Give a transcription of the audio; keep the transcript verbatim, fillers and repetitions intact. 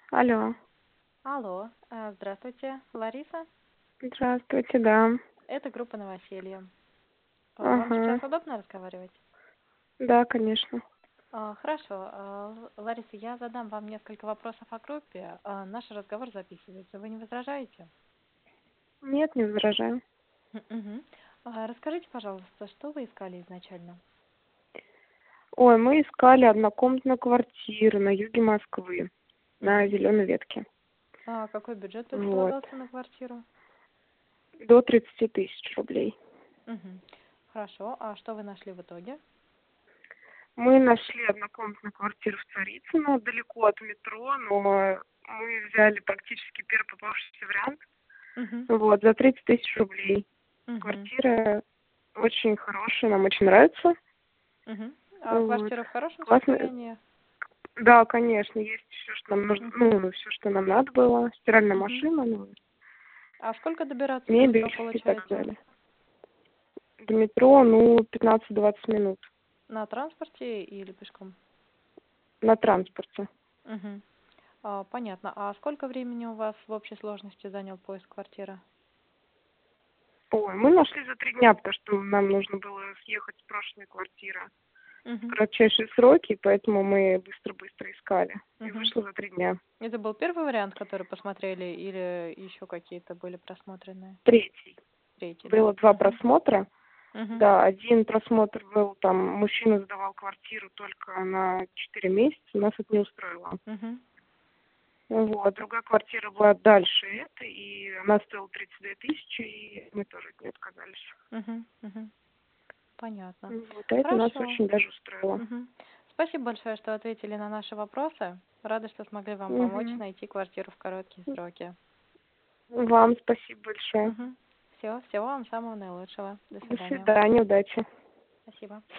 Алло. Алло, э, здравствуйте, Лариса. Здравствуйте, да. Это группа «Новоселье». А, Вам сейчас Ага. удобно разговаривать? Да, конечно. А, Хорошо. А, Л- Лариса, я задам вам несколько вопросов о группе. А, Наш разговор записывается. Вы не возражаете? Нет, не возражаю. Мгм. А, Расскажите, пожалуйста, что вы искали изначально? Ой, мы искали однокомнатную квартиру на юге Москвы, на Мгм. Зеленой ветке. А какой бюджет Вот. предполагался на квартиру? До тридцати тысяч рублей. Мгм. Хорошо. А что вы нашли в итоге? Мы нашли однокомнатную квартиру в Царицыно, далеко от метро, но мы взяли практически первый попавшийся вариант. Мгм. Вот, за тридцать тысяч рублей. Мгм. Квартира очень хорошая, нам очень нравится. Мгм. А Вот. квартира в хорошем Классно. состоянии? Да, конечно, есть все, что нам нужно, Мгм. ну, все, что нам надо было. Стиральная Мгм. машина, ну, А сколько добираться до метро мебель и так получается? далее. До метро, ну, пятнадцать-двадцать минут На транспорте или пешком? на транспорте. Мгм. А, понятно. А сколько времени у вас в общей сложности занял поиск квартиры? Ой, мы нашли за три дня, потому что нам нужно было съехать с прошлой квартиры в Мгм. кратчайшие сроки, поэтому мы быстро-быстро искали. И Мгм. вышло за три дня. Это был первый вариант, который посмотрели, или еще какие-то были просмотренные? Третий. Третий, да? Было два Мгм. просмотра. Мгм. Да, один просмотр был, там, мужчина сдавал квартиру только на четыре месяца, нас это не устроило. Мгм. Вот, другая квартира была дальше этой, и она стоила тридцать две тысячи, и мы тоже от нее отказались. Мгм. Мгм. Понятно. Вот, а это нас Хорошо. очень даже устроило. Мгм. Спасибо большое, что ответили на наши вопросы. Рада, что смогли вам помочь Мгм. найти квартиру в короткие сроки. Вам спасибо большое. Угу. Все, всего вам самого наилучшего. До До свидания. свидания, удачи. Спасибо.